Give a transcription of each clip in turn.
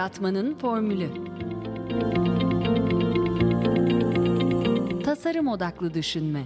yaratmanın formülü. Tasarım odaklı düşünme.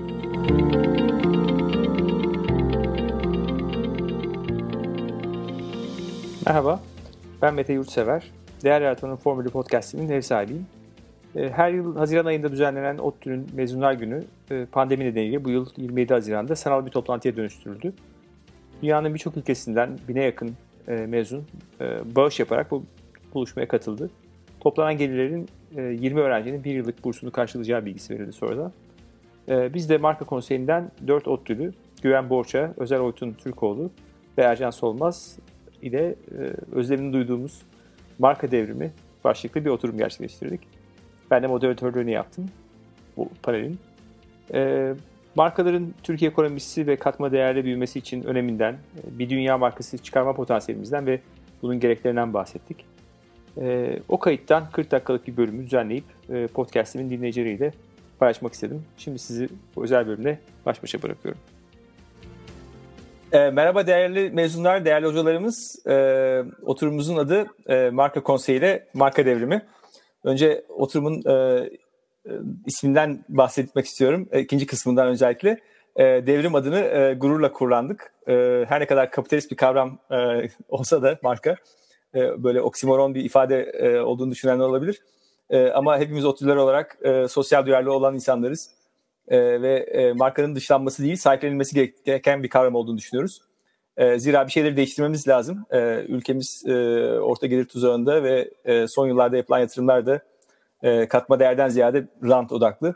Merhaba, ben Mete Yurtsever. Değer Yaratmanın Formülü podcast'inin ev sahibiyim. Her yıl Haziran ayında düzenlenen ODTÜ'nün Mezunlar Günü pandemi nedeniyle bu yıl 27 Haziran'da sanal bir toplantıya dönüştürüldü. Dünyanın birçok ülkesinden 1000'e yakın mezun bağış yaparak bu buluşmaya katıldı. Toplanan gelirlerin 20 öğrencinin 1 yıllık bursunu karşılayacağı bilgisi verildi sonradan. Biz de Marka Konseyi'nden 4 ODTÜ'lü Güven Borça, Özer Oytun Türkoğlu ve Ercan Solmaz ile özlemini duyduğumuz marka devrimi başlıklı bir oturum gerçekleştirdik. Ben de moderatörlüğünü yaptım bu panelin. Markaların Türkiye ekonomisi ve katma değerli büyümesi için öneminden, bir dünya markası çıkarma potansiyelimizden ve bunun gereklerinden bahsettik. O kayıttan 40 dakikalık bir bölümü düzenleyip podcastimin dinleyicileriyle paylaşmak istedim. Şimdi sizi bu özel bölümle baş başa bırakıyorum. Merhaba değerli mezunlar, değerli hocalarımız. Oturumumuzun adı Marka Konseyi ile Marka Devrimi. Önce oturumun isminden bahsetmek istiyorum. İkinci kısmından özellikle. Devrim adını gururla kullandık. Her ne kadar kapitalist bir kavram olsa da marka, böyle oksimoron bir ifade olduğunu düşünenler olabilir. Ama hepimiz ODTÜ'ler olarak sosyal duyarlı olan insanlarız. Ve markanın dışlanması değil, sahiplenilmesi gereken bir kavram olduğunu düşünüyoruz. Zira bir şeyleri değiştirmemiz lazım. Ülkemiz orta gelir tuzağında ve son yıllarda yapılan yatırımlar da katma değerden ziyade rant odaklı.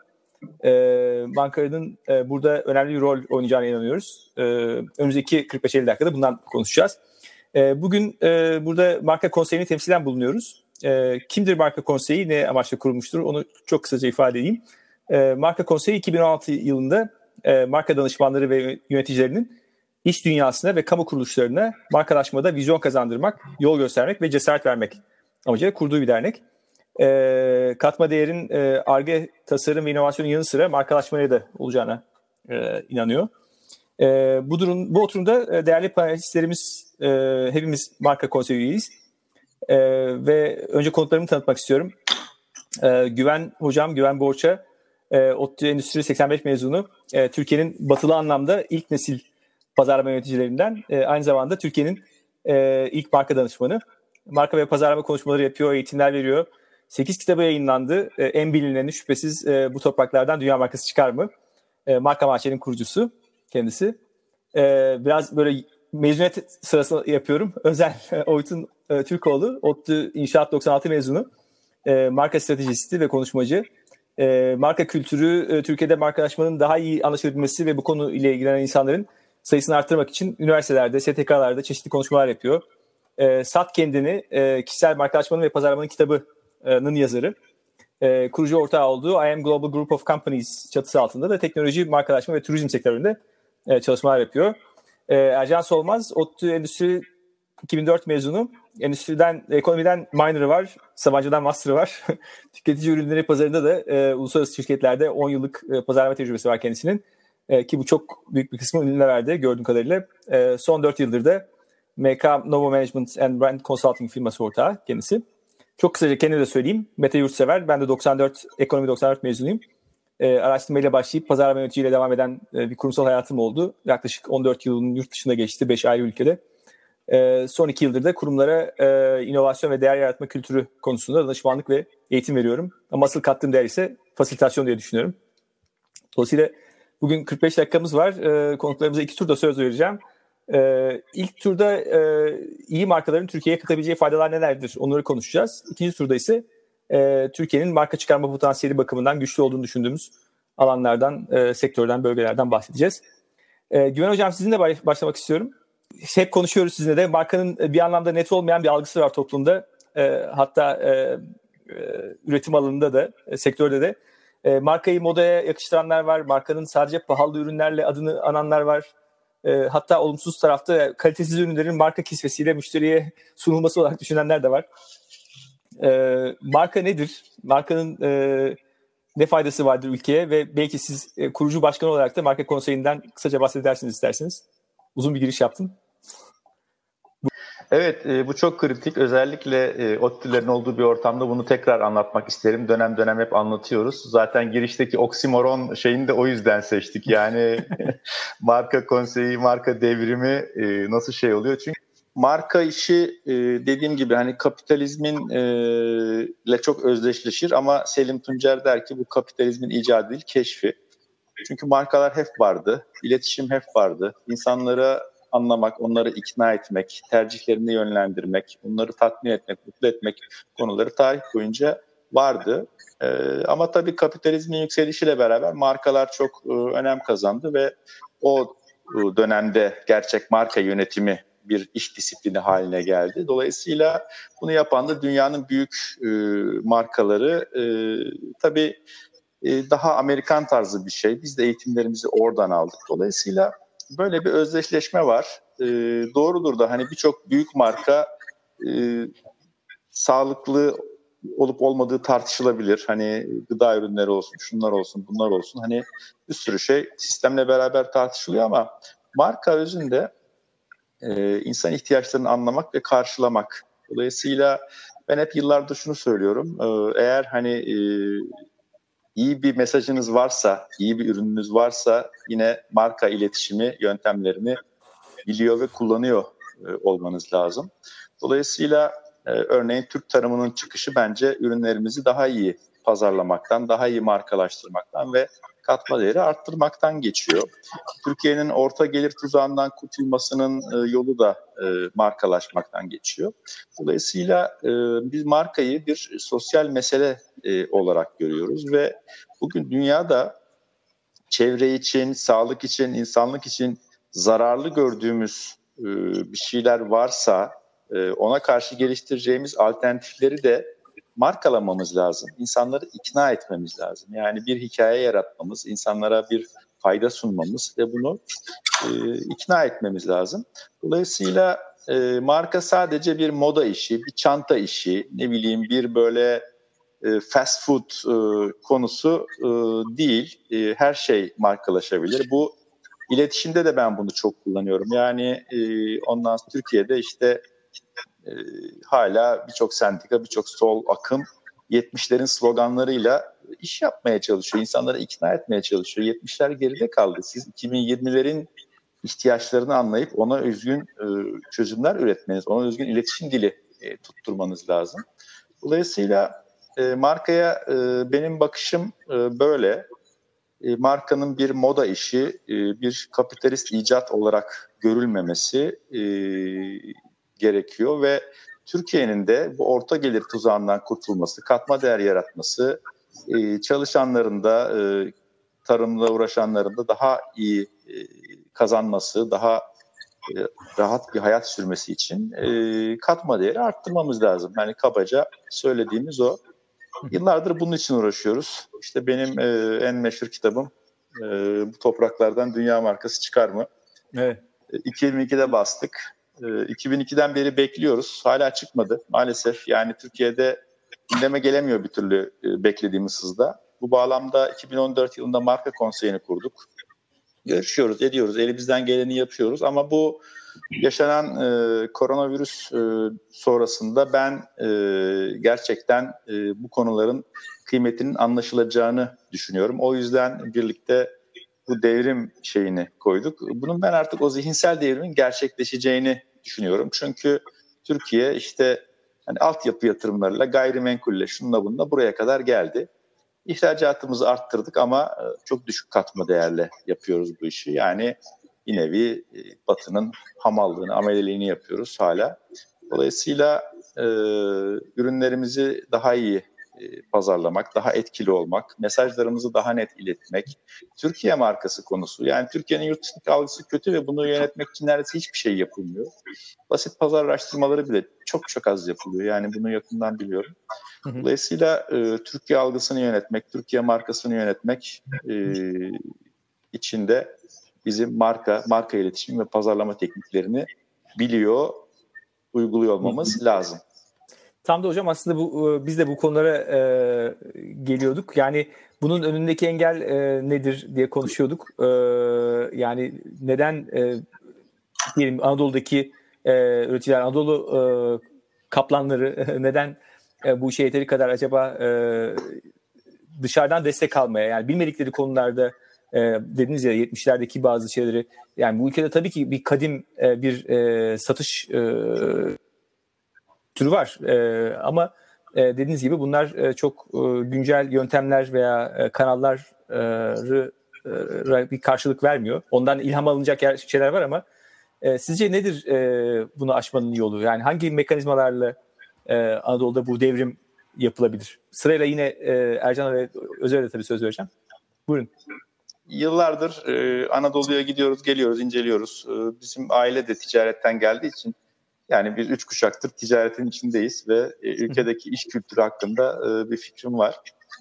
Bankanın burada önemli bir rol oynayacağına inanıyoruz. Önümüzdeki 45-50 dakikada bundan konuşacağız. Bugün burada Marka Konseyi'ni temsilen bulunuyoruz. Kimdir Marka Konseyi, ne amaçla kurulmuştur onu çok kısaca ifade edeyim. Marka Konseyi 2016 yılında marka danışmanları ve yöneticilerinin iş dünyasına ve kamu kuruluşlarına markalaşmada vizyon kazandırmak, yol göstermek ve cesaret vermek amacıyla kurduğu bir dernek. Katma değerin Ar-Ge, tasarım ve inovasyonun yanı sıra markalaşmaya da olacağına inanıyor. Bu oturumda değerli panelistlerimiz hepimiz Marka Konseyi üyeyiz. Ve önce konuklarımı tanıtmak istiyorum. Güven hocam, Güven Borça, ODTÜ Endüstri 85 mezunu. Türkiye'nin batılı anlamda ilk nesil pazarlama yöneticilerinden. Aynı zamanda Türkiye'nin ilk marka danışmanı. Marka ve pazarlama konuşmaları yapıyor, eğitimler veriyor. 8 kitabı yayınlandı. En bilineni şüphesiz bu topraklardan dünya markası çıkar mı? Marka Mahçer'in kurucusu kendisi. Biraz böyle mezuniyet sırası yapıyorum. Özer Oytun Türkoğlu, ODTÜ İnşaat 96 mezunu. Marka stratejisti ve konuşmacı. Marka kültürü, Türkiye'de markalaşmanın daha iyi anlaşılabilmesi ve bu konu ile ilgilenen insanların sayısını arttırmak için üniversitelerde, STK'larda çeşitli konuşmalar yapıyor. Sat Kendini, kişisel markalaşmanın ve pazarlamanın kitabının yazarı. Kurucu ortağı olduğu I Am Global Group of Companies çatısı altında da teknoloji, markalaşma ve turizm sektöründe çalışmalar yapıyor. Ercan Solmaz, ODTÜ Endüstri 2004 mezunu. Ekonomiden minor'ı var, Sabancı'dan master'ı var. Tüketici ürünleri pazarında da uluslararası şirketlerde 10 yıllık pazarlama tecrübesi var kendisinin. Ki bu çok büyük bir kısmı ünlüne verdi gördüğüm kadarıyla. Son 4 yıldır da MK Novo Management and Brand Consulting firması ortağı kendisi. Çok kısaca kendime de söyleyeyim. Mete Yurtsever, ben de Ekonomi 94 mezunuyum. Araştırmayla başlayıp pazarlama yöneticiliğiyle devam eden bir kurumsal hayatım oldu. Yaklaşık 14 yılın yurt dışında geçti, 5 ayrı ülkede. Son 2 yıldır da kurumlara inovasyon ve değer yaratma kültürü konusunda danışmanlık ve eğitim veriyorum. Ama asıl kattığım değer ise fasilitasyon diye düşünüyorum. Dolayısıyla bugün 45 dakikamız var. Konuklarımıza 2 turda söz vereceğim. İlk turda iyi markaların Türkiye'ye katabileceği faydalar nelerdir onları konuşacağız. İkinci turda ise Türkiye'nin marka çıkarma potansiyeli bakımından güçlü olduğunu düşündüğümüz alanlardan, sektörden, bölgelerden bahsedeceğiz. Güven Hocam, sizinle başlamak istiyorum. Hep konuşuyoruz sizinle de. Markanın bir anlamda net olmayan bir algısı var toplumda. Hatta üretim alanında da, sektörde de. Markayı modaya yakıştıranlar var. Markanın sadece pahalı ürünlerle adını ananlar var. Hatta olumsuz tarafta kalitesiz ürünlerin marka kisvesiyle müşteriye sunulması olarak düşünenler de var. Marka nedir? Markanın ne faydası vardır ülkeye ve belki siz kurucu başkan olarak da Marka Konseyi'nden kısaca bahsedersiniz isterseniz. Uzun bir giriş yaptım. Evet, bu çok kritik. Özellikle ODTÜ'lerin olduğu bir ortamda bunu tekrar anlatmak isterim. Dönem dönem hep anlatıyoruz. Zaten girişteki oksimoron şeyini de o yüzden seçtik. Yani marka konseyi, marka devrimi nasıl şey oluyor? Çünkü marka işi dediğim gibi hani kapitalizmin ile çok özdeşleşir ama Selim Tuncer der ki bu kapitalizmin icadı değil, keşfi. Çünkü markalar hep vardı, iletişim hep vardı. İnsanlara anlamak, onları ikna etmek, tercihlerini yönlendirmek, onları tatmin etmek, mutlu etmek konuları tarih boyunca vardı. Ama tabii kapitalizmin yükselişiyle beraber markalar çok önem kazandı ve o dönemde gerçek marka yönetimi bir iş disiplini haline geldi. Dolayısıyla bunu yapan da dünyanın büyük markaları. Tabii daha Amerikan tarzı bir şey. Biz de eğitimlerimizi oradan aldık. Dolayısıyla böyle bir özdeşleşme var. Doğrudur da hani birçok büyük marka sağlıklı olup olmadığı tartışılabilir. Hani gıda ürünleri olsun, şunlar olsun, bunlar olsun. Hani bir sürü şey sistemle beraber tartışılıyor ama marka özünde insan ihtiyaçlarını anlamak ve karşılamak. Dolayısıyla ben hep yıllardır şunu söylüyorum. Eğer hani iyi bir mesajınız varsa, iyi bir ürününüz varsa yine marka iletişimi yöntemlerini biliyor ve kullanıyor olmanız lazım. Dolayısıyla örneğin Türk tarımının çıkışı bence ürünlerimizi daha iyi pazarlamaktan, daha iyi markalaştırmaktan ve katma değeri arttırmaktan geçiyor. Türkiye'nin orta gelir tuzağından kurtulmasının yolu da markalaşmaktan geçiyor. Dolayısıyla biz markayı bir sosyal mesele olarak görüyoruz ve bugün dünyada çevre için, sağlık için, insanlık için zararlı gördüğümüz bir şeyler varsa ona karşı geliştireceğimiz alternatifleri de markalamamız lazım. İnsanları ikna etmemiz lazım. Yani bir hikaye yaratmamız, insanlara bir fayda sunmamız ve bunu ikna etmemiz lazım. Dolayısıyla marka sadece bir moda işi, bir çanta işi, ne bileyim bir böyle fast food konusu değil. Her şey markalaşabilir. Bu iletişimde de ben bunu çok kullanıyorum. Yani ondan sonra Türkiye'de işte hala birçok sendika, birçok sol akım 70'lerin sloganlarıyla iş yapmaya çalışıyor. İnsanları ikna etmeye çalışıyor. 70'ler geride kaldı. Siz 2020'lerin ihtiyaçlarını anlayıp ona özgün çözümler üretmeniz, ona özgün iletişim dili tutturmanız lazım. Dolayısıyla markaya benim bakışım böyle. Markanın bir moda işi, bir kapitalist icat olarak görülmemesi gerekiyor ve Türkiye'nin de bu orta gelir tuzağından kurtulması, katma değer yaratması, çalışanların da tarımla uğraşanların da daha iyi kazanması, daha rahat bir hayat sürmesi için katma değeri arttırmamız lazım. Yani kabaca söylediğimiz o. Yıllardır bunun için uğraşıyoruz. İşte benim en meşhur kitabım bu topraklardan dünya markası çıkar mı? Evet. 2002'de bastık. 2002'den beri bekliyoruz. Hala çıkmadı maalesef. Yani Türkiye'de gündeme gelemiyor bir türlü beklediğimiz hızda. Bu bağlamda 2014 yılında marka konseyini kurduk. Görüşüyoruz, ediyoruz, elimizden geleni yapıyoruz ama bu yaşanan koronavirüs sonrasında ben gerçekten bu konuların kıymetinin anlaşılacağını düşünüyorum. O yüzden birlikte bu devrim şeyini koyduk. Bunun ben artık o zihinsel devrimin gerçekleşeceğini düşünüyorum. Çünkü Türkiye işte hani altyapı yatırımlarıyla, gayrimenkulle, şununla bununla buraya kadar geldi. İhracatımızı arttırdık ama çok düşük katma değerle yapıyoruz bu işi. Yani bir nevi Batı'nın hamallığını, ameleliğini yapıyoruz hala. Dolayısıyla ürünlerimizi daha iyi pazarlamak, daha etkili olmak, mesajlarımızı daha net iletmek. Türkiye markası konusu. Yani Türkiye'nin yurt dışındaki algısı kötü ve bunu yönetmek için neredeyse hiçbir şey yapılmıyor. Basit pazar araştırmaları bile çok çok az yapılıyor. Yani bunu yakından biliyorum. Dolayısıyla Türkiye algısını yönetmek, Türkiye markasını yönetmek içinde bizim marka iletişim ve pazarlama tekniklerini biliyor, uyguluyor olmamız lazım. Tam da hocam aslında biz de bu konulara geliyorduk. Yani bunun önündeki engel nedir diye konuşuyorduk. Yani neden diyelim Anadolu'daki üretilen Anadolu kaplanları neden bu işe yeteri kadar acaba dışarıdan destek almaya, yani bilmedikleri konularda dediniz ya 70'lerdeki bazı şeyleri, yani bu ülkede tabii ki bir kadim bir satış türü var ama dediğiniz gibi bunlar çok güncel yöntemler veya kanalları bir karşılık vermiyor. Ondan ilham alınacak şeyler var ama sizce nedir bunu aşmanın yolu? Yani hangi mekanizmalarla Anadolu'da bu devrim yapılabilir? Sırayla yine Ercan'a ve Özer'e de tabii söz vereceğim. Buyurun. Yıllardır Anadolu'ya gidiyoruz, geliyoruz, inceliyoruz. Bizim aile de ticaretten geldiği için yani biz 3 kuşaktır ticaretin içindeyiz ve ülkedeki iş kültürü hakkında bir fikrim var.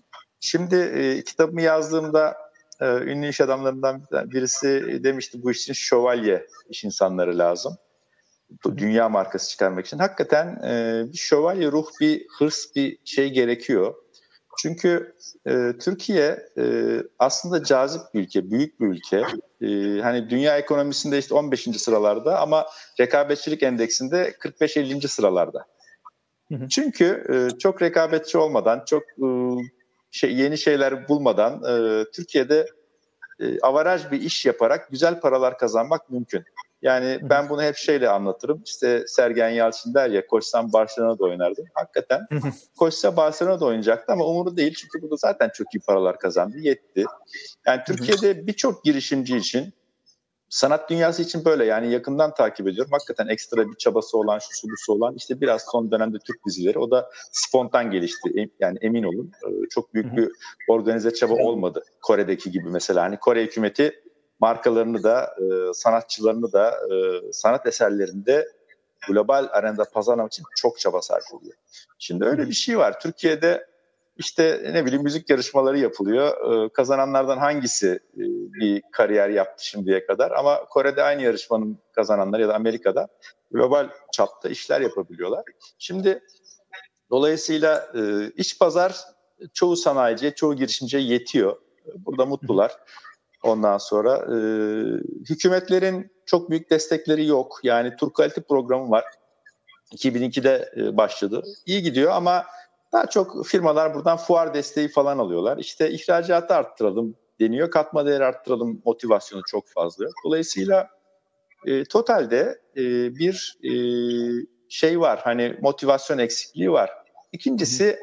Şimdi kitabımı yazdığımda ünlü iş adamlarından birisi demişti bu iş için şövalye iş insanları lazım. Dünya markası çıkarmak için. Hakikaten bir şövalye ruh, bir hırs, bir şey gerekiyor. Çünkü Türkiye aslında cazip bir ülke, büyük bir ülke. Hani dünya ekonomisinde işte 15. sıralarda ama rekabetçilik endeksinde 45-50. sıralarda. Çünkü çok rekabetçi olmadan, çok yeni şeyler bulmadan Türkiye'de avaraj bir iş yaparak güzel paralar kazanmak mümkün. Yani ben bunu hep şeyle anlatırım. İşte Sergen Yalçın der ya, koşsam Barcelona'da oynardım. Hakikaten koşsa Barcelona'da oynayacaktı ama umurunda değil. Çünkü burada zaten çok iyi paralar kazandı. Yetti. Yani Türkiye'de birçok girişimci için, sanat dünyası için böyle, yani yakından takip ediyorum. Hakikaten ekstra bir çabası olan, şusu busu olan, işte biraz son dönemde Türk dizileri, o da spontan gelişti. Yani emin olun çok büyük bir organize çaba olmadı. Kore'deki gibi mesela. Hani Kore hükümeti markalarını da, sanatçılarını da, sanat eserlerini de global arenada pazarlamak için çok çaba sarf ediyor. Şimdi öyle bir şey var. Türkiye'de işte ne bileyim müzik yarışmaları yapılıyor. Kazananlardan hangisi bir kariyer yaptı şimdiye kadar? Ama Kore'de aynı yarışmanın kazananları ya da Amerika'da global çapta işler yapabiliyorlar. Şimdi dolayısıyla iç pazar çoğu sanayiciye, çoğu girişimciye yetiyor. Burada mutlular. Ondan sonra hükümetlerin çok büyük destekleri yok. Yani Turquality programı var. 2002'de başladı. İyi gidiyor ama daha çok firmalar buradan fuar desteği falan alıyorlar. İşte ihracatı arttıralım deniyor. Katma değer arttıralım motivasyonu çok fazla. Dolayısıyla totalde bir şey var. Hani motivasyon eksikliği var. İkincisi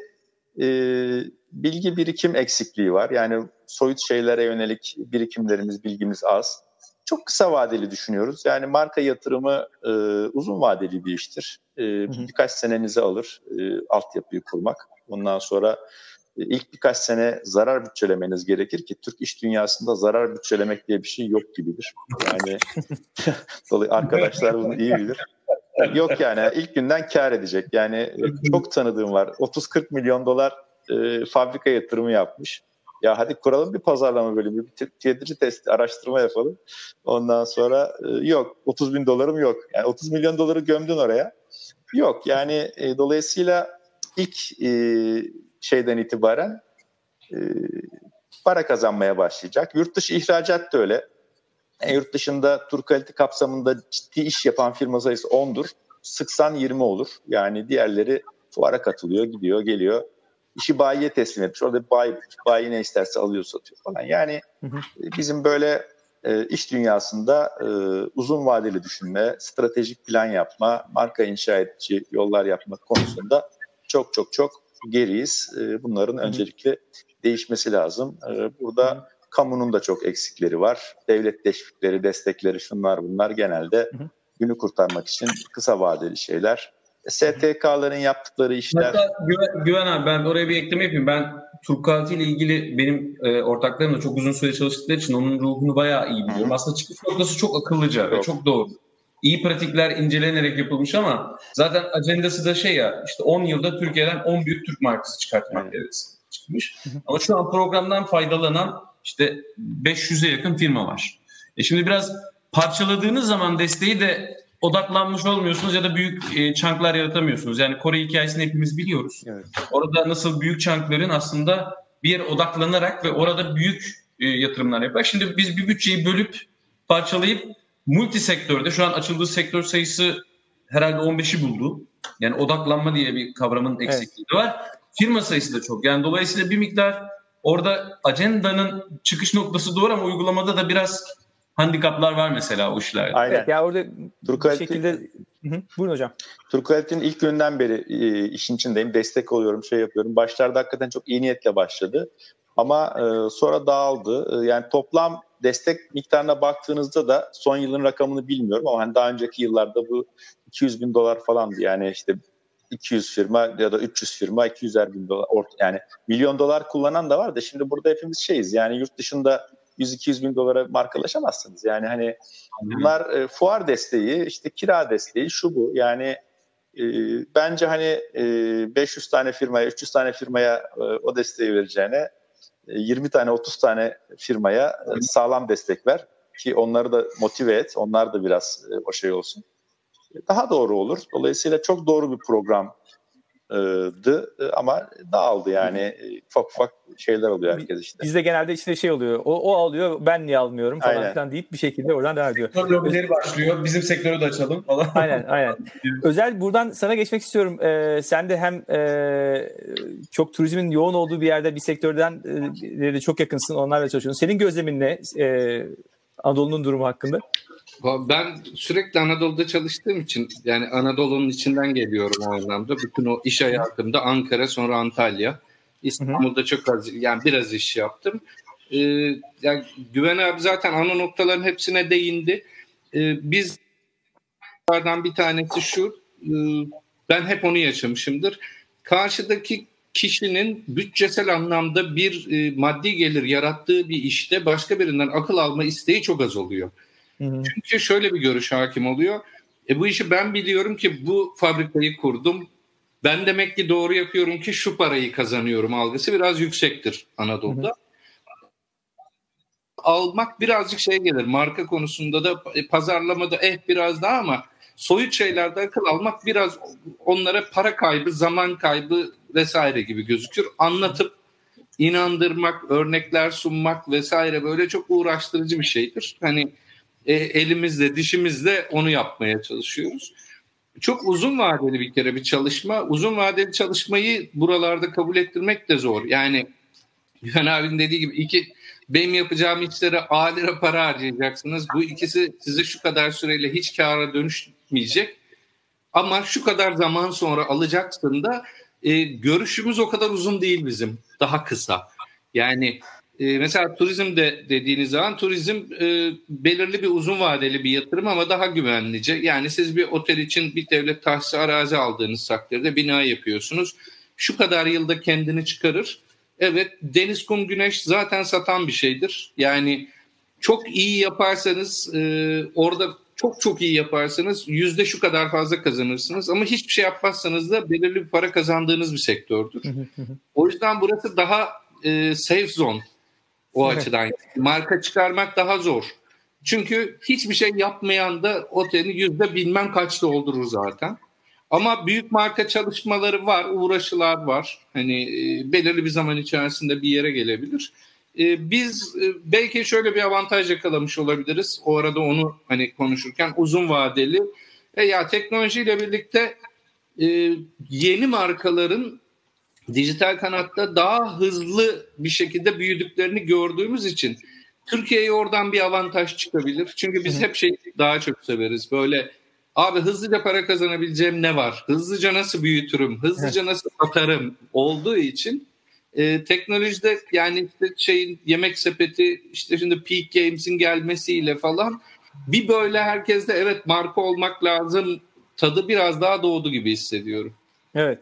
bilgi birikim eksikliği var. Yani soyut şeylere yönelik birikimlerimiz, bilgimiz az. Çok kısa vadeli düşünüyoruz. Yani marka yatırımı uzun vadeli bir iştir. Birkaç senenizi alır altyapıyı kurmak. Ondan sonra ilk birkaç sene zarar bütçelemeniz gerekir ki Türk iş dünyasında zarar bütçelemek diye bir şey yok gibidir. Yani arkadaşlar bunu iyi bilir. Yok yani ilk günden kar edecek. Yani çok tanıdığım var. 30-40 milyon dolar fabrika yatırımı yapmış. Ya hadi kuralım bir pazarlama bölümü, bir tüketici testi, araştırma yapalım. Ondan sonra yok, 30 bin dolarım yok. Yani 30 milyon doları gömdün oraya. Yok yani dolayısıyla ilk şeyden itibaren para kazanmaya başlayacak. Yurt dışı ihracat da öyle. Yurt dışında Turquality kapsamında ciddi iş yapan firma sayısı 10'dur. Sıksan 20 olur. Yani diğerleri fuara katılıyor, gidiyor, geliyor. İşi bayiye teslim etmiş. Orada bayi ne isterse alıyor, satıyor falan. Yani bizim böyle iş dünyasında uzun vadeli düşünme, stratejik plan yapma, marka inşa edici yollar yapma konusunda çok çok çok geriyiz. Bunların öncelikle değişmesi lazım. Burada kamunun da çok eksikleri var. Devlet teşvikleri, destekleri, şunlar bunlar genelde günü kurtarmak için kısa vadeli şeyler. STK'ların yaptıkları işler. Hatta Güven abi, ben oraya bir ekleme yapayım. Ben Turquality ile ilgili benim ortaklarımla çok uzun süre çalıştıkları için onun ruhunu bayağı iyi biliyorum. Aslında çıkış noktası çok akıllıca ve çok doğru. İyi pratikler incelenerek yapılmış ama zaten ajandası da şey ya, işte 10 yılda Türkiye'den 10 büyük Türk markası çıkartmak çıkmış. Ama şu an programdan faydalanan işte 500'e yakın firma var. Şimdi biraz parçaladığınız zaman desteği de odaklanmış olmuyorsunuz ya da büyük chunk'lar yaratamıyorsunuz. Yani Kore hikayesini hepimiz biliyoruz. Evet. Orada nasıl büyük chunk'ların aslında bir yere odaklanarak ve orada büyük yatırımlar yapar. Şimdi biz bir bütçeyi bölüp parçalayıp multi sektörde, şu an açıldığı sektör sayısı herhalde 15'i buldu. Yani odaklanma diye bir kavramın eksikliği var. Firma sayısı da çok. Yani dolayısıyla bir miktar orada ajandanın çıkış noktası doğru ama uygulamada da biraz handikaplar var mesela o işlerde. Aynen. Evet, ya orada bir şekilde... Buyurun hocam. Turquality'nin ilk günden beri işin içindeyim. Destek oluyorum, şey yapıyorum. Başlarda hakikaten çok iyi niyetle başladı. Ama sonra dağıldı. Yani toplam destek miktarına baktığınızda da son yılın rakamını bilmiyorum ama hani daha önceki yıllarda bu $200,000 falandı. Yani işte 200 firma ya da 300 firma $200,000 yani $1,000,000 kullanan da var da şimdi burada hepimiz şeyiz. Yani yurt dışında $100,000-200,000 markalaşamazsınız. Yani hani bunlar fuar desteği, işte kira desteği, şu bu. Yani bence hani 500 tane firmaya, 300 tane firmaya o desteği vereceğine 20 tane, 30 tane firmaya sağlam destek ver ki onları da motive et. Onlar da biraz o şey olsun. Daha doğru olur. Dolayısıyla çok doğru bir programdı ama dağıldı yani. Ufak şeyler oluyor herkes işte. Bizde genelde işte şey oluyor. O alıyor, ben niye almıyorum falan filan deyip bir şekilde oradan devam ediyor. Lobileri başlıyor. Bizim sektörü de açalım falan. Aynen. Özel buradan sana geçmek istiyorum. Sen de hem çok turizmin yoğun olduğu bir yerde, bir sektörden de çok yakınsın. Onlarla çalışıyorsun. Senin gözlemin ne? Anadolu'nun durumu hakkında. Ben sürekli Anadolu'da çalıştığım için yani Anadolu'nun içinden geliyorum o anlamda. Bütün o iş hayatımda Ankara, sonra Antalya. İstanbul'da çok az, yani biraz iş yaptım. Yani Güven abi zaten ana noktaların hepsine değindi. Biz bir tanesi şu, ben hep onu yaşamışımdır. Karşıdaki kişinin bütçesel anlamda bir maddi gelir yarattığı bir işte başka birinden akıl alma isteği çok az oluyor. Çünkü şöyle bir görüş hakim oluyor. Bu işi ben biliyorum ki bu fabrikayı kurdum. Ben demek ki doğru yapıyorum ki şu parayı kazanıyorum algısı biraz yüksektir Anadolu'da. Almak birazcık şey gelir. Marka konusunda da pazarlamada biraz daha ama soyut şeylerde akıl almak biraz onlara para kaybı, zaman kaybı vesaire gibi gözükür. Anlatıp inandırmak, örnekler sunmak vesaire böyle çok uğraştırıcı bir şeydir. Hani elimizle, dişimizle onu yapmaya çalışıyoruz. Çok uzun vadeli bir kere bir çalışma. Uzun vadeli çalışmayı buralarda kabul ettirmek de zor. Yani Güven abinin dediği gibi benim yapacağım işlere A lira para harcayacaksınız. Bu ikisi size şu kadar süreyle hiç kâra dönüşmeyecek. Ama şu kadar zaman sonra alacaksın da görüşümüz o kadar uzun değil bizim. Daha kısa. Yani mesela turizmde dediğiniz zaman turizm belirli bir uzun vadeli bir yatırım ama daha güvenlice. Yani siz bir otel için bir devlet tahsisi arazi aldığınız takdirde bina yapıyorsunuz. Şu kadar yılda kendini çıkarır. Evet, deniz, kum, güneş zaten satan bir şeydir. Yani çok iyi yaparsanız orada çok iyi yaparsanız yüzde şu kadar fazla kazanırsınız. Ama hiçbir şey yapmazsanız da belirli bir para kazandığınız bir sektördür. O yüzden burası daha safe zone. O açıdan. Marka çıkarmak daha zor. Çünkü hiçbir şey yapmayan da otelin yüzde bilmem kaç doldurur zaten. Ama büyük marka çalışmaları var, uğraşılar var. Hani belirli bir zaman içerisinde bir yere gelebilir. Biz belki şöyle bir avantaj yakalamış olabiliriz. O arada onu hani konuşurken uzun vadeli. Ya teknolojiyle birlikte yeni markaların dijital kanatta daha hızlı bir şekilde büyüdüklerini gördüğümüz için Türkiye'ye oradan bir avantaj çıkabilir. Çünkü biz hep daha çok severiz. Böyle abi hızlıca para kazanabileceğim ne var? Hızlıca nasıl büyütürüm? Hızlıca nasıl satarım? Olduğu için teknolojide yani işte Yemek Sepeti işte şimdi Peak Games'in gelmesiyle falan bir böyle herkeste evet marka olmak lazım tadı biraz daha doğdu gibi hissediyorum. Evet.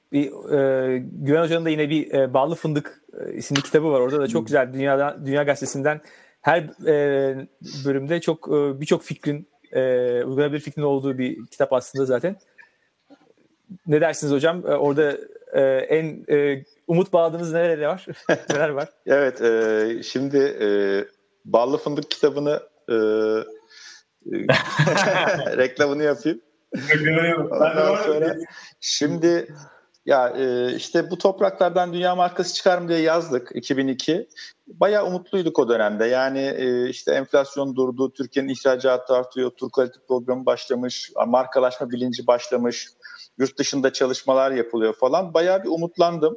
Güven Hoca'nın da yine bir Ballı Fındık isimli kitabı var. Orada da çok güzel Dünya Gazetesi'nden her bölümde birçok fikrin uygulanabilir fikrin olduğu bir kitap aslında zaten. Ne dersiniz hocam? Orada en umut bağladığınız neler var? Neler var? Evet. Şimdi Ballı Fındık kitabını reklamını yapayım. Ondan sonra şimdi Ya işte bu topraklardan dünya markası çıkar mı diye yazdık 2002. Bayağı umutluyduk o dönemde. Yani işte enflasyon durdu, Türkiye'nin ihracatı artıyor, Tur kalite programı başlamış, markalaşma bilinci başlamış, yurt dışında çalışmalar yapılıyor falan. Bayağı bir umutlandım.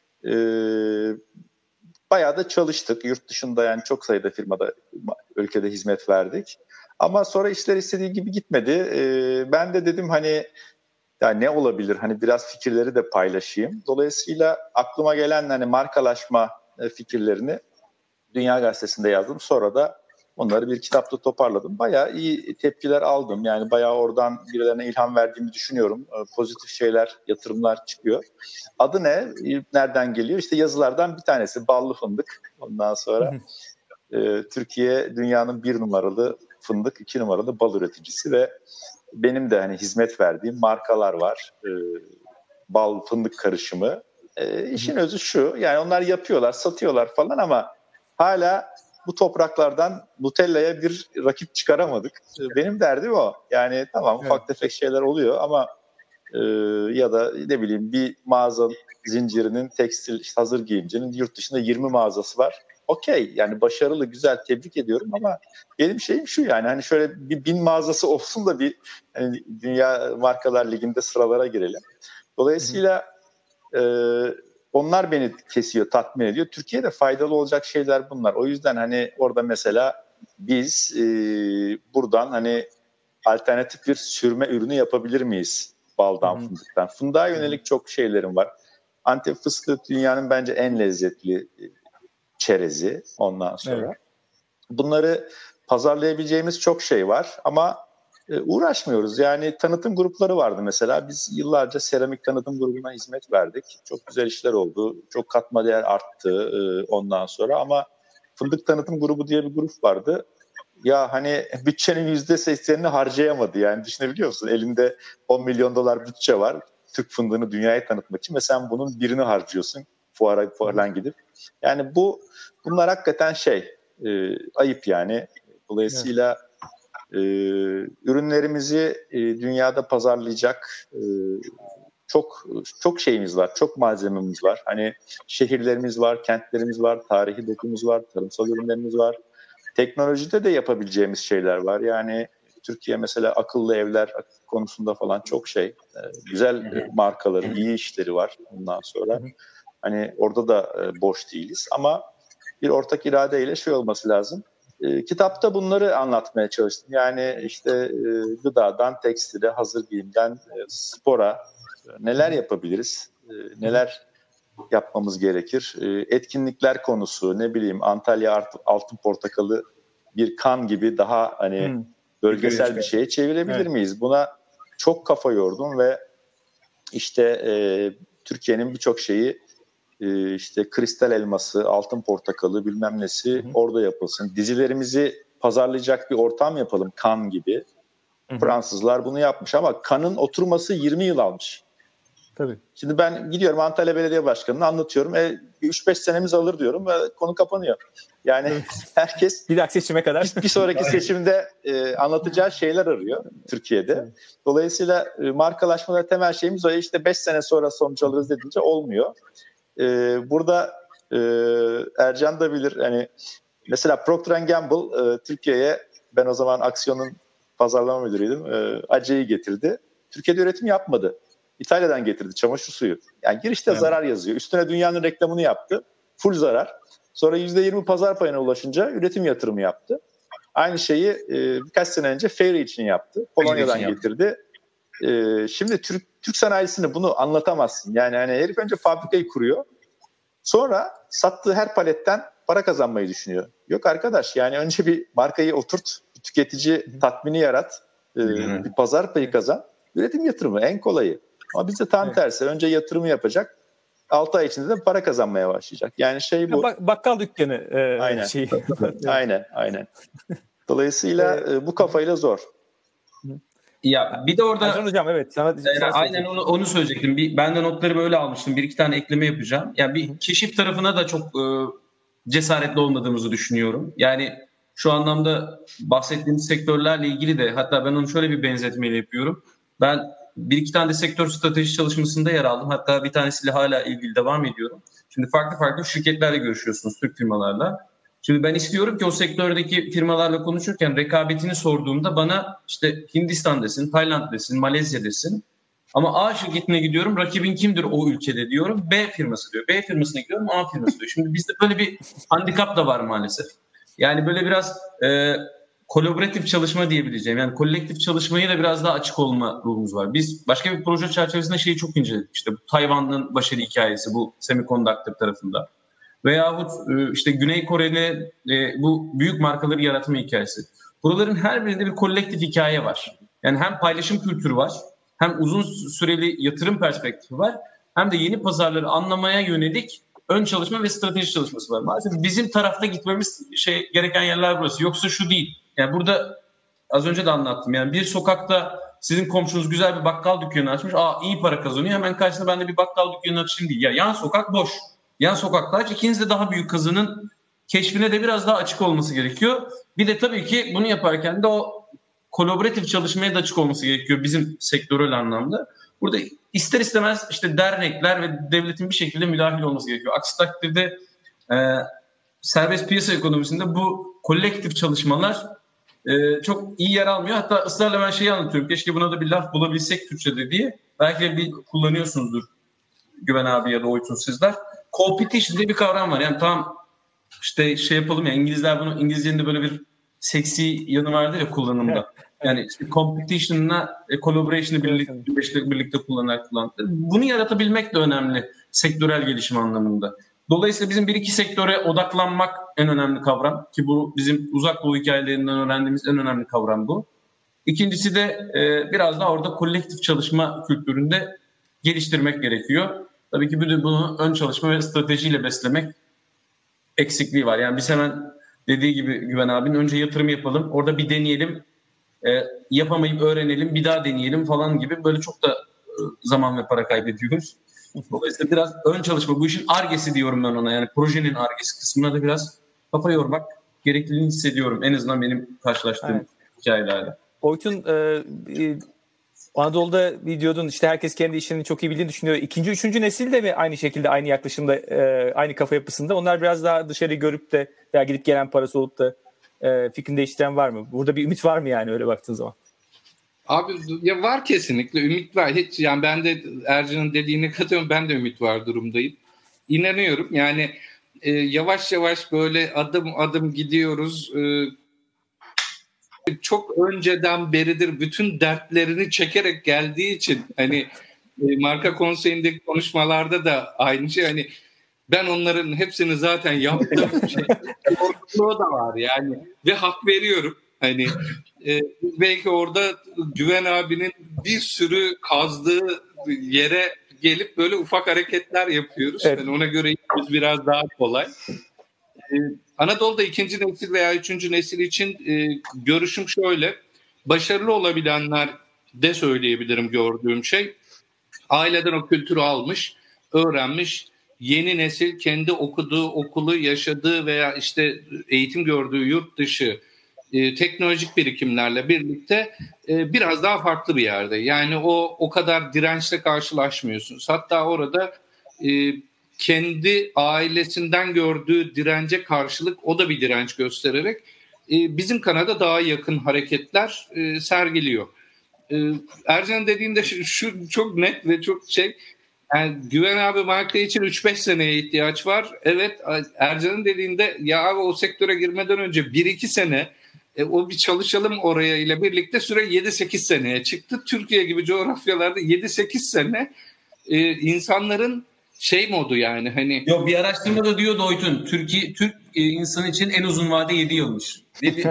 Bayağı da çalıştık. Yurt dışında yani çok sayıda firmada, ülkede hizmet verdik. Ama sonra işler istediği gibi gitmedi. Ben de dedim hani ya ne olabilir? Hani biraz fikirleri de paylaşayım. Dolayısıyla aklıma gelen hani markalaşma fikirlerini Dünya Gazetesi'nde yazdım. Sonra da onları bir kitapta toparladım. Bayağı iyi tepkiler aldım. Yani bayağı oradan birilerine ilham verdiğimi düşünüyorum. Pozitif şeyler, yatırımlar çıkıyor. Adı ne? Nereden geliyor? İşte yazılardan bir tanesi ballı fındık. Ondan sonra Türkiye dünyanın 1 numaralı fındık, 2 numaralı bal üreticisi ve benim de hani hizmet verdiğim markalar var. Bal fındık karışımı. İşin özü şu. Yani onlar yapıyorlar, satıyorlar falan ama hala bu topraklardan Nutella'ya bir rakip çıkaramadık. Benim derdim o. Yani tamam ufak tefek şeyler oluyor ama ya da ne bileyim bir mağaza zincirinin tekstil işte hazır giyimcinin yurt dışında 20 mağazası var. Okey yani başarılı güzel tebrik ediyorum ama benim şeyim şu yani hani şöyle bir 1000 mağazası olsun da bir hani Dünya Markalar Ligi'nde sıralara girelim. Dolayısıyla onlar beni kesiyor, tatmin ediyor. Türkiye'de faydalı olacak şeyler bunlar. O yüzden hani orada mesela biz buradan hani alternatif bir sürme ürünü yapabilir miyiz baldan, fındıktan? Fındığa yönelik çok şeylerim var. Antep fıstığı dünyanın bence en lezzetli çerezi ondan sonra. Evet. Bunları pazarlayabileceğimiz çok şey var ama uğraşmıyoruz. Yani tanıtım grupları vardı mesela. Biz yıllarca seramik tanıtım grubuna hizmet verdik. Çok güzel işler oldu. Çok katma değer arttı ondan sonra ama fındık tanıtım grubu diye bir grup vardı. Ya hani bütçenin %80'ini harcayamadı yani düşünebiliyor musun? Elinde $10 milyon bütçe var. Türk fındığını dünyaya tanıtmak için ve sen bunun birini harcıyorsun fuara gidip. Yani bunlar hakikaten ayıp yani. Dolayısıyla ürünlerimizi dünyada pazarlayacak çok şeyimiz var, çok malzememiz var. Hani şehirlerimiz var, kentlerimiz var, tarihi dokumuz var, tarımsal ürünlerimiz var. Teknolojide de yapabileceğimiz şeyler var. Yani Türkiye mesela akıllı evler konusunda falan çok güzel markaları, iyi işleri var ondan sonra. Hani orada da boş değiliz ama bir ortak iradeyle olması lazım. Kitapta bunları anlatmaya çalıştım. Yani işte gıdadan tekstile, hazır giyimden spora neler yapabiliriz, neler yapmamız gerekir. Etkinlikler konusu ne bileyim Antalya Altın Portakalı bir kan gibi daha hani bölgesel bir şeye çevirebilir miyiz? Buna çok kafa yordum ve işte Türkiye'nin birçok şeyi işte kristal elması, altın portakalı bilmem nesi orada yapılsın. Dizilerimizi pazarlayacak bir ortam yapalım kan gibi. Fransızlar bunu yapmış ama kanın oturması 20 yıl almış. Tabii. Şimdi ben gidiyorum Antalya Belediye Başkanı'na anlatıyorum. 3-5 senemiz alır diyorum ve konu kapanıyor. Yani herkes bir dahaki seçime kadar bir sonraki seçimde anlatacağı şeyler arıyor Türkiye'de. Evet. Dolayısıyla markalaşmada temel şeyimiz o işte 5 sene sonra sonuç alırız dediğince olmuyor. Burada Ercan da bilir hani mesela Procter & Gamble Türkiye'ye ben o zaman Aksiyon'un pazarlama müdürüydüm. Ace'yi getirdi. Türkiye'de üretim yapmadı. İtalya'dan getirdi çamaşır suyu. Yani girişte zarar yazıyor. Üstüne dünyanın reklamını yaptı. Full zarar. Sonra %20 pazar payına ulaşınca üretim yatırımı yaptı. Aynı şeyi birkaç sene önce Fairy için yaptı. Polonya'dan getirdi. Şimdi Türk sanayisini bunu anlatamazsın. Yani hani herif önce fabrikayı kuruyor. Sonra sattığı her paletten para kazanmayı düşünüyor. Yok arkadaş yani önce bir markayı oturt. Bir tüketici tatmini yarat. Bir pazar payı kazan. Üretim yatırımı en kolayı. Ama bizde tam tersi. Önce yatırımı yapacak. 6 ay içinde de para kazanmaya başlayacak. Yani bu. Bakkal dükkanı aynen. Aynen. Dolayısıyla bu kafayla zor. Ya bir de orada Ercan Hocam evet sana aynen onu söyleyecektim. Ben de notları böyle almıştım. 1-2 tane ekleme yapacağım. Yani bir keşif tarafına da çok cesaretli olmadığımızı düşünüyorum. Yani şu anlamda bahsettiğimiz sektörlerle ilgili de hatta ben onu şöyle bir benzetmeyle yapıyorum. Ben bir iki tane de sektör strateji çalışmasında yer aldım. Hatta bir tanesiyle hala ilgili devam ediyorum. Şimdi farklı şirketlerle görüşüyorsunuz, Türk firmalarla. Şimdi ben istiyorum ki o sektördeki firmalarla konuşurken rekabetini sorduğumda bana işte Hindistan desin, Tayland desin, Malezya desin. Ama A şirketine gidiyorum, rakibin kimdir o ülkede diyorum. B firması diyor. B firmasına gidiyorum, A firması diyor. Şimdi bizde böyle bir handikap da var maalesef. Yani böyle biraz kolaboratif çalışma diyebileceğim. Yani kolektif çalışmayı da biraz daha açık olma ruhumuz var. Biz başka bir proje çerçevesinde şeyi çok inceledik. İşte bu Tayvan'ın başarı hikayesi bu semiconductor tarafında. Veyahut işte Güney Kore'de bu büyük markaları yaratma hikayesi. Buraların her birinde bir kolektif hikaye var. Yani hem paylaşım kültürü var, hem uzun süreli yatırım perspektifi var, hem de yeni pazarları anlamaya yönelik ön çalışma ve strateji çalışması var. Maalesef bizim tarafta gitmemiz gereken yerler burası. Yoksa şu değil. Yani burada az önce de anlattım. Yani bir sokakta sizin komşunuz güzel bir bakkal dükkanı açmış. İyi para kazanıyor. Hemen karşısında ben de bir bakkal dükkanı açayım değil. Ya yan sokak boş. Yan sokakta aç. İkiniz de daha büyük kazanın keşfine de biraz daha açık olması gerekiyor. Bir de tabii ki bunu yaparken de o kolaboratif çalışmaya da açık olması gerekiyor bizim sektörel anlamda. Burada ister istemez işte dernekler ve devletin bir şekilde müdahil olması gerekiyor. Aksi takdirde serbest piyasa ekonomisinde bu kolektif çalışmalar çok iyi yer almıyor. Hatta ısrarla ben şeyi anlatıyorum. Keşke buna da bir laf bulabilsek Türkçe'de diye. Belki de bir kullanıyorsunuzdur Güven abi ya da Oytun sizler. Competition diye bir kavram var. Yani tamam işte yapalım ya, İngilizler bunu, İngilizcenin de böyle bir seksi yanı vardır ya kullanımda. Yani işte competition'la collaboration'ı birlikte kullanarak. Bunu yaratabilmek de önemli sektörel gelişim anlamında. Dolayısıyla bizim bir iki sektöre odaklanmak en önemli kavram ki bu bizim uzak doğu hikayelerinden öğrendiğimiz en önemli kavram bu. İkincisi de biraz daha orada kolektif çalışma kültüründe geliştirmek gerekiyor. Tabii ki bunu ön çalışma ve stratejiyle beslemek eksikliği var. Yani biz hemen dediği gibi Güven abinin önce yatırım yapalım, orada bir deneyelim, yapamayıp öğrenelim, bir daha deneyelim falan gibi böyle çok da zaman ve para kaybediyoruz. Dolayısıyla biraz ön çalışma, bu işin Ar-Ge'si diyorum ben ona, yani projenin Ar-Ge'si kısmına da biraz kafa yormak gerekliliğini hissediyorum. En azından benim karşılaştığım hikayelerle. Oytun, Anadolu'da diyordun işte herkes kendi işini çok iyi bildiğini düşünüyor. İkinci, üçüncü nesil de mi aynı şekilde, aynı yaklaşımda, aynı kafa yapısında? Onlar biraz daha dışarı görüp de veya gidip gelen parası olup da fikrini değiştiren var mı? Burada bir ümit var mı yani öyle baktığın zaman? Abi ya var, kesinlikle ümit var. Hiç yani ben de Ercan'ın dediğine katılıyorum. Ben de ümit var durumdayım. İnanıyorum. Yani yavaş yavaş böyle adım adım gidiyoruz. Çok önceden beridir bütün dertlerini çekerek geldiği için hani marka konseyindeki konuşmalarda da aynı şey, hani ben onların hepsini zaten yaptım. Korkuluğu da var yani ve hak veriyorum. Hani belki orada Güven abinin bir sürü kazdığı yere gelip böyle ufak hareketler yapıyoruz. Evet. Yani ona göre işimiz biraz daha kolay. Anadolu'da ikinci nesil veya üçüncü nesil için görüşüm şöyle. Başarılı olabilenler de söyleyebilirim gördüğüm şey. Aileden o kültürü almış, öğrenmiş. Yeni nesil kendi okuduğu okulu, yaşadığı veya işte eğitim gördüğü yurt dışı teknolojik birikimlerle birlikte biraz daha farklı bir yerde. Yani o kadar dirençle karşılaşmıyorsunuz. Hatta orada kendi ailesinden gördüğü dirence karşılık o da bir direnç göstererek bizim kanada daha yakın hareketler sergiliyor. Ercan'ın dediğinde şu çok net ve çok yani Güven abi marka için 3-5 seneye ihtiyaç var. Evet, Ercan'ın dediğinde ya abi o sektöre girmeden önce 1-2 sene o bir çalışalım oraya ile birlikte süre 7-8 seneye çıktı. Türkiye gibi coğrafyalarda 7-8 sene insanların modu yani hani. Yok, bir araştırmada diyordu Oytun, Türk insan için en uzun vade 7 yılmış. Dedi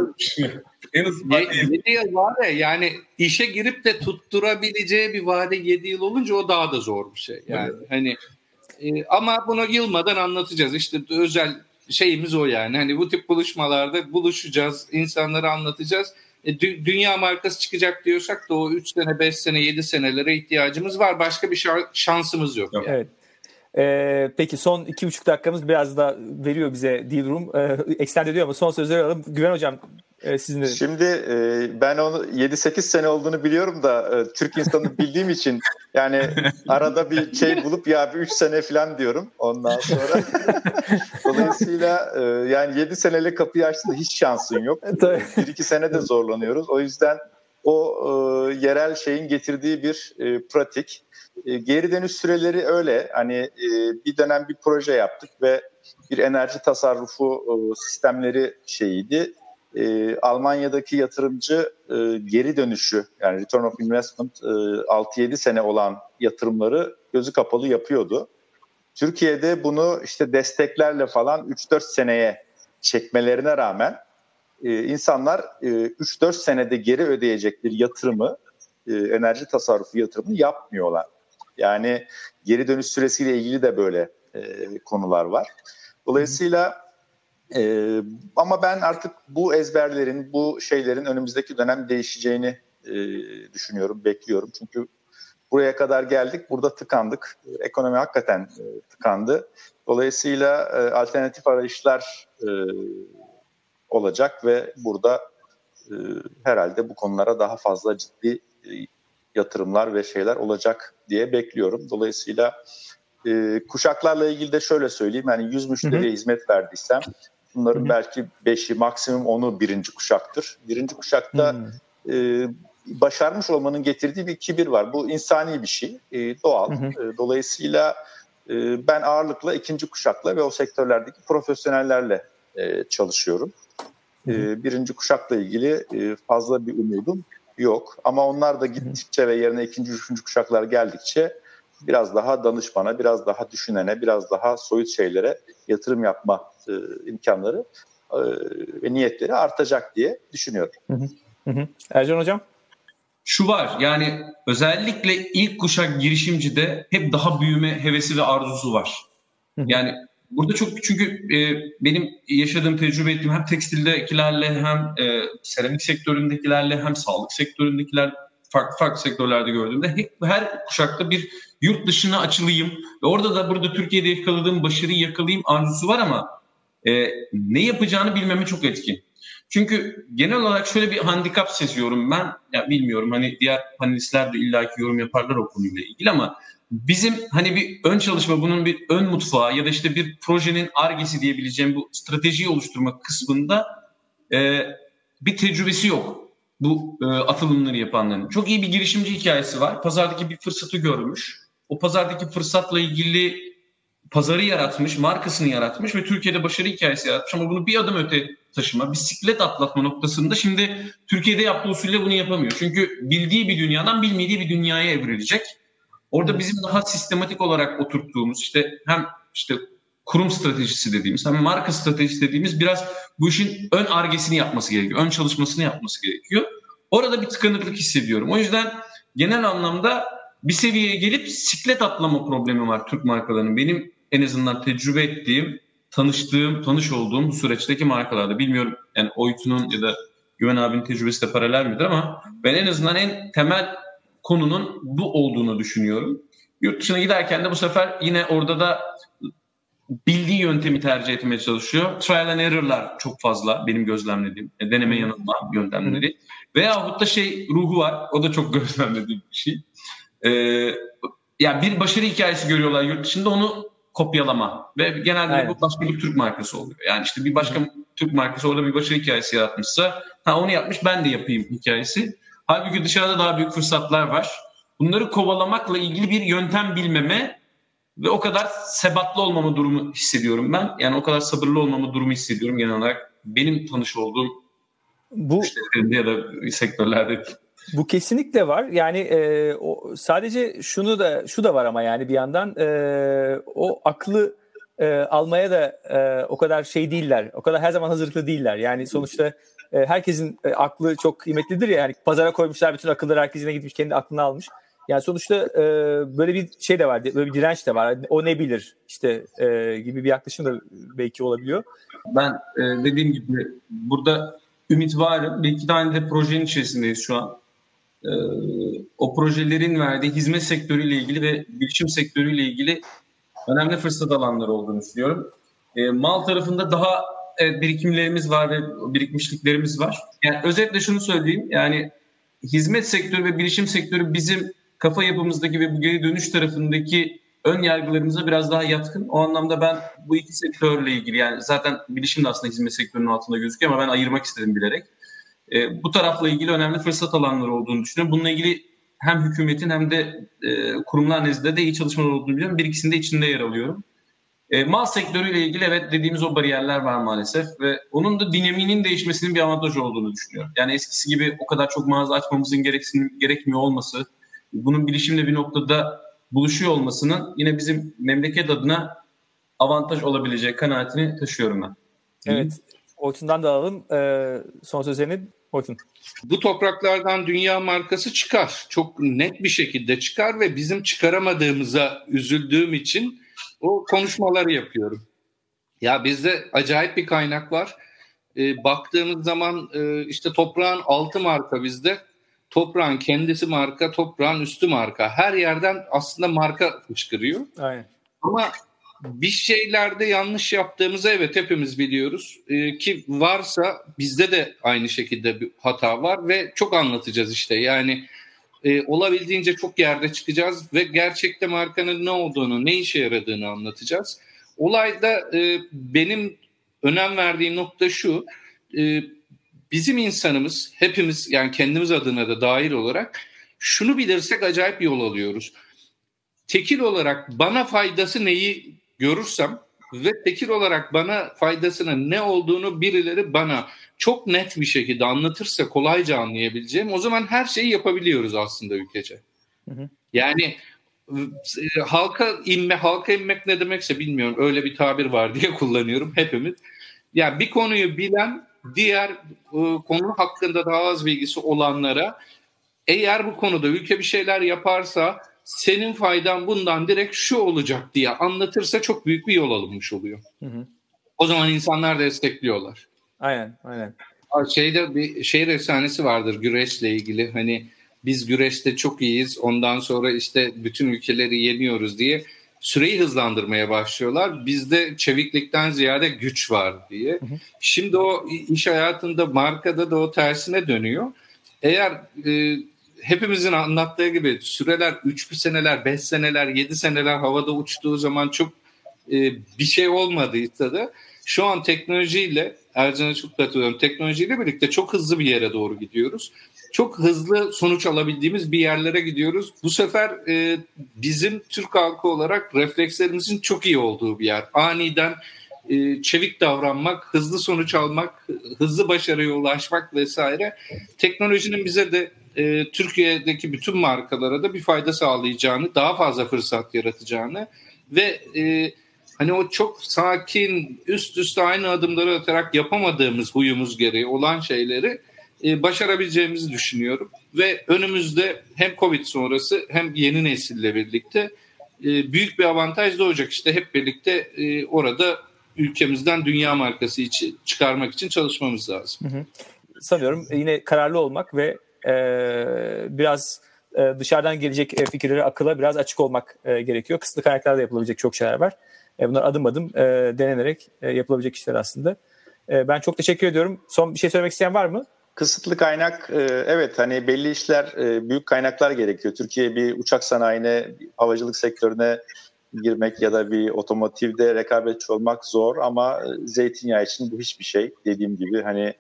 en uzun vade 7 yıl var ya, yani işe girip de tutturabileceği bir vade 7 yıl olunca o daha da zor bir şey. Yani evet. Hani ama bunu yılmadan anlatacağız. İşte özel şeyimiz o yani. Hani bu tip buluşmalarda buluşacağız, insanlara anlatacağız. Dünya markası çıkacak diyorsak da o 3 sene, 5 sene, 7 senelere ihtiyacımız var. Başka bir şansımız yok. Yani. Evet. Peki son 2,5 dakikamız biraz da veriyor bize Deal Room. Extend ediyor ama son sözleri alalım. Güven hocam, Sizin de. Şimdi ben onu 7-8 sene olduğunu biliyorum da Türk insanı bildiğim için yani arada bir şey bulup ya bir 3 sene falan diyorum ondan sonra. Dolayısıyla yani 7 senelik kapıyı açtığında hiç şansın yok. 1-2 sene de zorlanıyoruz. O yüzden o yerel şeyin getirdiği bir pratik. Geri dönüş süreleri öyle. Hani bir dönem bir proje yaptık ve bir enerji tasarrufu sistemleri şeyiydi. Almanya'daki yatırımcı geri dönüşü yani return of investment 6-7 sene olan yatırımları gözü kapalı yapıyordu. Türkiye'de bunu işte desteklerle falan 3-4 seneye çekmelerine rağmen insanlar 3-4 senede geri ödeyecek bir yatırımı, enerji tasarrufu yatırımı yapmıyorlar. Yani geri dönüş süresiyle ilgili de böyle konular var. Dolayısıyla ama ben artık bu ezberlerin, bu şeylerin önümüzdeki dönem değişeceğini düşünüyorum, bekliyorum. Çünkü buraya kadar geldik, burada tıkandık. Ekonomi hakikaten tıkandı. Dolayısıyla alternatif arayışlar olacak ve burada herhalde bu konulara daha fazla ciddi yatırımlar ve şeyler olacak diye bekliyorum. Dolayısıyla kuşaklarla ilgili de şöyle söyleyeyim. Yani 100 müşteriye hizmet verdiysem bunların belki 5'i maksimum 10'u birinci kuşaktır. Birinci kuşakta başarmış olmanın getirdiği bir kibir var. Bu insani bir şey, doğal. Dolayısıyla ben ağırlıkla ikinci kuşakla ve o sektörlerdeki profesyonellerle çalışıyorum. Birinci kuşakla ilgili fazla bir umudum yok. Ama onlar da gittikçe ve yerine ikinci, üçüncü kuşaklar geldikçe biraz daha danışmana, biraz daha düşünene, biraz daha soyut şeylere yatırım yapma imkanları ve niyetleri artacak diye düşünüyorum. Ercan Hocam? Şu var, yani özellikle ilk kuşak girişimcide hep daha büyüme hevesi ve arzusu var. Yani burada çok, çünkü benim yaşadığım, tecrübe ettiğim hem tekstildekilerle hem seramik sektöründekilerle hem sağlık sektöründekiler, farklı sektörlerde gördüğümde hep her kuşakta bir yurt dışına açılayım ve orada da burada Türkiye'de yakaladığım başarıyı yakalayayım arzusu var ama ne yapacağını bilmeme çok etkin. Çünkü genel olarak şöyle bir handikap seziyorum ben. Ya bilmiyorum, hani diğer panelistler de illaki yorum yaparlar o konuyla ilgili ama bizim hani bir ön çalışma, bunun bir ön mutfağı ya da işte bir projenin Ar-Ge'si diyebileceğim bu stratejiyi oluşturmak kısmında bir tecrübesi yok bu atılımları yapanların. Çok iyi bir girişimci hikayesi var. Pazardaki bir fırsatı görmüş. O pazardaki fırsatla ilgili pazarı yaratmış, markasını yaratmış ve Türkiye'de başarı hikayesi yaratmış ama bunu bir adım öte taşıma, bisiklet atlatma noktasında şimdi Türkiye'de yaptığı usulle bunu yapamıyor. Çünkü bildiği bir dünyadan bilmediği bir dünyaya evrilecek. Orada bizim daha sistematik olarak oturttuğumuz işte hem işte kurum stratejisi dediğimiz hem marka stratejisi dediğimiz biraz bu işin ön Ar-Ge'sini yapması gerekiyor. Ön çalışmasını yapması gerekiyor. Orada bir tıkanıklık hissediyorum. O yüzden genel anlamda bir seviyeye gelip siklet atlama problemi var Türk markalarının. Benim en azından tecrübe ettiğim, tanış olduğum bu süreçteki markalarda. Bilmiyorum yani Oytun'un ya da Güven abinin tecrübesi de paralel midir ama ben en azından en temel konunun bu olduğunu düşünüyorum. Yurt dışına giderken de bu sefer yine orada da bildiği yöntemi tercih etmeye çalışıyor. Trial and error'lar çok fazla benim gözlemlediğim. Deneme yanılma yöntemleri. Veyahut da ruhu var. O da çok gözlemlediğim bir şey. Yani bir başarı hikayesi görüyorlar yurt dışında, onu kopyalama. Ve genelde bu başka bir Türk markası oluyor. Yani işte bir başka Türk markası orada bir başarı hikayesi yaratmışsa onu yapmış ben de yapayım hikayesi. Halbuki dışarıda daha büyük fırsatlar var. Bunları kovalamakla ilgili bir yöntem bilmeme ve o kadar sebatlı olmama durumu hissediyorum ben. Yani o kadar sabırlı olmama durumu hissediyorum genel olarak. Benim tanış olduğum müşterilerimde ya da sektörlerde. Bu kesinlikle var. Yani sadece şu da var ama yani bir yandan o aklı almaya da o kadar değiller. O kadar her zaman hazırlıklı değiller. Yani sonuçta herkesin aklı çok kıymetlidir ya. Yani pazara koymuşlar bütün akılları, herkesine gitmiş kendi aklını almış. Yani sonuçta böyle bir şey de var, böyle bir direnç de var. O ne bilir işte gibi bir yaklaşım da belki olabiliyor. Ben dediğim gibi burada ümit var. Bir iki tane de projenin içerisindeyiz şu an. O projelerin verdiği hizmet sektörüyle ilgili ve bilişim sektörüyle ilgili önemli fırsat alanları olduğunu düşünüyorum. Mal tarafında daha evet, birikimlerimiz var ve birikmişliklerimiz var. Yani özetle şunu söyleyeyim. Yani hizmet sektörü ve bilişim sektörü bizim kafa yapımızdaki ve bu geri dönüş tarafındaki ön yargılarımıza biraz daha yatkın. O anlamda ben bu iki sektörle ilgili, yani zaten bilişim de aslında hizmet sektörünün altında gözüküyor ama ben ayırmak istedim bilerek. Bu tarafla ilgili önemli fırsat alanları olduğunu düşünüyorum. Bununla ilgili hem hükümetin hem de kurumlar nezdinde de iyi çalışmalar olduğunu biliyorum. Bir ikisinde içinde yer alıyorum. Mal sektörüyle ilgili evet dediğimiz o bariyerler var maalesef ve onun da dinamiğinin değişmesinin bir avantajı olduğunu düşünüyorum. Yani eskisi gibi o kadar çok mağaza açmamızın gerekmiyor olması, bunun bilişimle bir noktada buluşuyor olmasının yine bizim memleket adına avantaj olabileceği kanaatini taşıyorum ben. Evet. Oytun'dan da alalım. Son sözlerini Oytun. Bu topraklardan dünya markası çıkar. Çok net bir şekilde çıkar ve bizim çıkaramadığımıza üzüldüğüm için o konuşmaları yapıyorum. Ya bizde acayip bir kaynak var. Baktığımız zaman işte toprağın altı marka bizde. Toprağın kendisi marka, toprağın üstü marka. Her yerden aslında marka fışkırıyor. Aynen. Ama bir şeylerde yanlış yaptığımızı evet hepimiz biliyoruz. Ki varsa bizde de aynı şekilde bir hata var ve çok anlatacağız işte. Yani olabildiğince çok yerde çıkacağız ve gerçekte markanın ne olduğunu, ne işe yaradığını anlatacağız. Olayda benim önem verdiğim nokta şu. Bizim insanımız, hepimiz yani kendimiz adına da dahil olarak şunu bilirsek acayip yol alıyoruz. Tekil olarak bana faydası neyi görürsem ve tekil olarak bana faydasının ne olduğunu birileri bana çok net bir şekilde anlatırsa kolayca anlayabileceğim, o zaman her şeyi yapabiliyoruz aslında ülkece. Yani halka inmek ne demekse bilmiyorum, öyle bir tabir var diye kullanıyorum hepimiz. Yani bir konuyu bilen diğer konu hakkında daha az bilgisi olanlara, eğer bu konuda ülke bir şeyler yaparsa senin faydan bundan direkt şu olacak diye anlatırsa çok büyük bir yol alınmış oluyor. O zaman insanlar destekliyorlar. Aynen. Şeyde bir şehir efsanesi vardır güreşle ilgili. Hani biz güreşte çok iyiyiz. Ondan sonra işte bütün ülkeleri yeniyoruz diye süreyi hızlandırmaya başlıyorlar. Bizde çeviklikten ziyade güç var diye. Şimdi o iş hayatında, markada da o tersine dönüyor. Eğer hepimizin anlattığı gibi süreler 3 seneler, 5 seneler, 7 seneler havada uçtuğu zaman çok bir şey olmadıysa da şu an teknolojiyle, Ercan'a çok katılıyorum, teknolojiyle birlikte çok hızlı bir yere doğru gidiyoruz. Çok hızlı sonuç alabildiğimiz bir yerlere gidiyoruz. Bu sefer bizim Türk halkı olarak reflekslerimizin çok iyi olduğu bir yer. Aniden çevik davranmak, hızlı sonuç almak, hızlı başarıya ulaşmak vesaire. Teknolojinin bize de Türkiye'deki bütün markalara da bir fayda sağlayacağını, daha fazla fırsat yaratacağını ve hani o çok sakin, üst üste aynı adımları atarak yapamadığımız huyumuz gereği olan şeyleri başarabileceğimizi düşünüyorum. Ve önümüzde hem Covid sonrası hem yeni nesille birlikte büyük bir avantaj doğacak. İşte hep birlikte orada ülkemizden dünya markası için çıkarmak için çalışmamız lazım. Sanıyorum yine kararlı olmak ve biraz dışarıdan gelecek fikirleri akıla biraz açık olmak gerekiyor. Kısıtlı kaynaklarda yapılabilecek çok şeyler var. Bunlar adım adım denenerek yapılabilecek işler aslında. Ben çok teşekkür ediyorum. Son bir şey söylemek isteyen var mı? Kısıtlı kaynak, evet hani belli işler, büyük kaynaklar gerekiyor. Türkiye bir uçak sanayine, havacılık sektörüne girmek ya da bir otomotivde rekabetçi olmak zor ama zeytinyağı için bu hiçbir şey. Dediğim gibi hani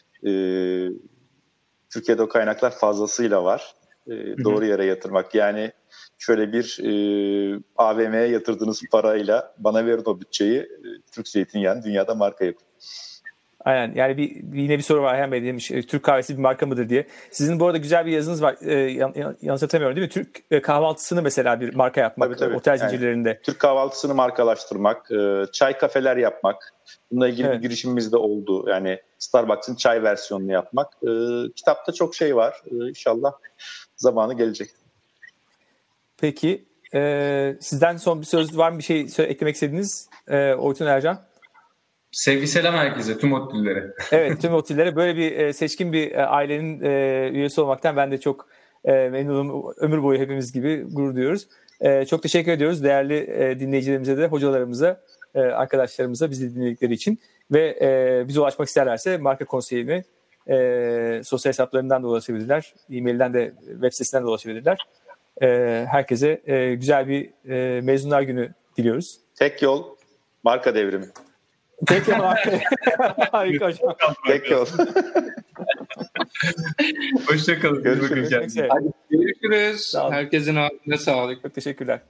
Türkiye'de o kaynaklar fazlasıyla var. Doğru yere yatırmak, yani şöyle bir AVM'ye yatırdığınız parayla bana verin o bütçeyi, Türk zeytinyağını dünyada marka yapın. Aynen, yani yine bir soru var Ayhan Bey demiş, Türk kahvesi bir marka mıdır diye. Sizin bu arada güzel bir yazınız var, yanlış hatırlamıyorum değil mi? Türk kahvaltısını mesela bir marka yapmak, tabii. Otel zincirlerinde. Yani, Türk kahvaltısını markalaştırmak, çay kafeler yapmak. Bununla ilgili bir girişimimiz de oldu. Yani Starbucks'ın çay versiyonunu yapmak. Kitapta çok şey var. İnşallah zamanı gelecek. Peki. Sizden son bir söz var mı? Bir şey eklemek istediğiniz? Oytun, Ercan? Sevgi selam herkese, tüm ODTÜ'lülere. Evet, tüm ODTÜ'lülere. Böyle bir seçkin bir ailenin üyesi olmaktan ben de çok memnunum. Ömür boyu hepimiz gibi gurur duyuyoruz. Çok teşekkür ediyoruz değerli dinleyicilerimize de, hocalarımıza, arkadaşlarımıza bizi dinledikleri için. Ve bize ulaşmak isterlerse marka konseyini sosyal hesaplarından da ulaşabilirler. E-mailden de web sitesinden de ulaşabilirler. Herkese güzel bir mezunlar günü diliyoruz. Tek yol marka devrimi. Tek yol marka. Harika hocam. Tek yol. Hoşçakalın. Görüşürüz. Görüşürüz. Herkesin ağzına sağlık. Çok teşekkürler.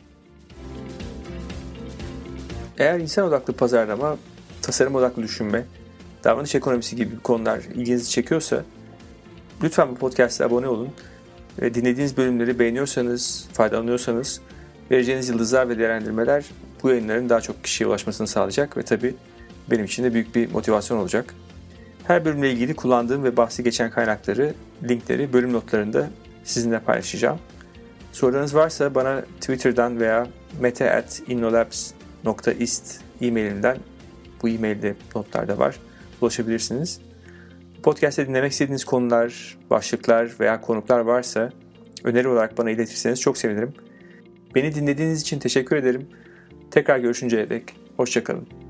Eğer insan odaklı pazarlama, tasarım odaklı düşünme, davranış ekonomisi gibi konular ilginizi çekiyorsa lütfen bu podcast'a abone olun. Ve dinlediğiniz bölümleri beğeniyorsanız, faydalanıyorsanız vereceğiniz yıldızlar ve değerlendirmeler bu yayınların daha çok kişiye ulaşmasını sağlayacak ve tabii benim için de büyük bir motivasyon olacak. Her bölümle ilgili kullandığım ve bahsi geçen kaynakları, linkleri bölüm notlarında sizinle paylaşacağım. Sorularınız varsa bana Twitter'dan veya mete@innolabs.ist e-mailimden, bu e-mailde notlarda var, ulaşabilirsiniz. Podcast'te dinlemek istediğiniz konular, başlıklar veya konuklar varsa öneri olarak bana iletirseniz çok sevinirim. Beni dinlediğiniz için teşekkür ederim. Tekrar görüşünceye dek hoşça kalın.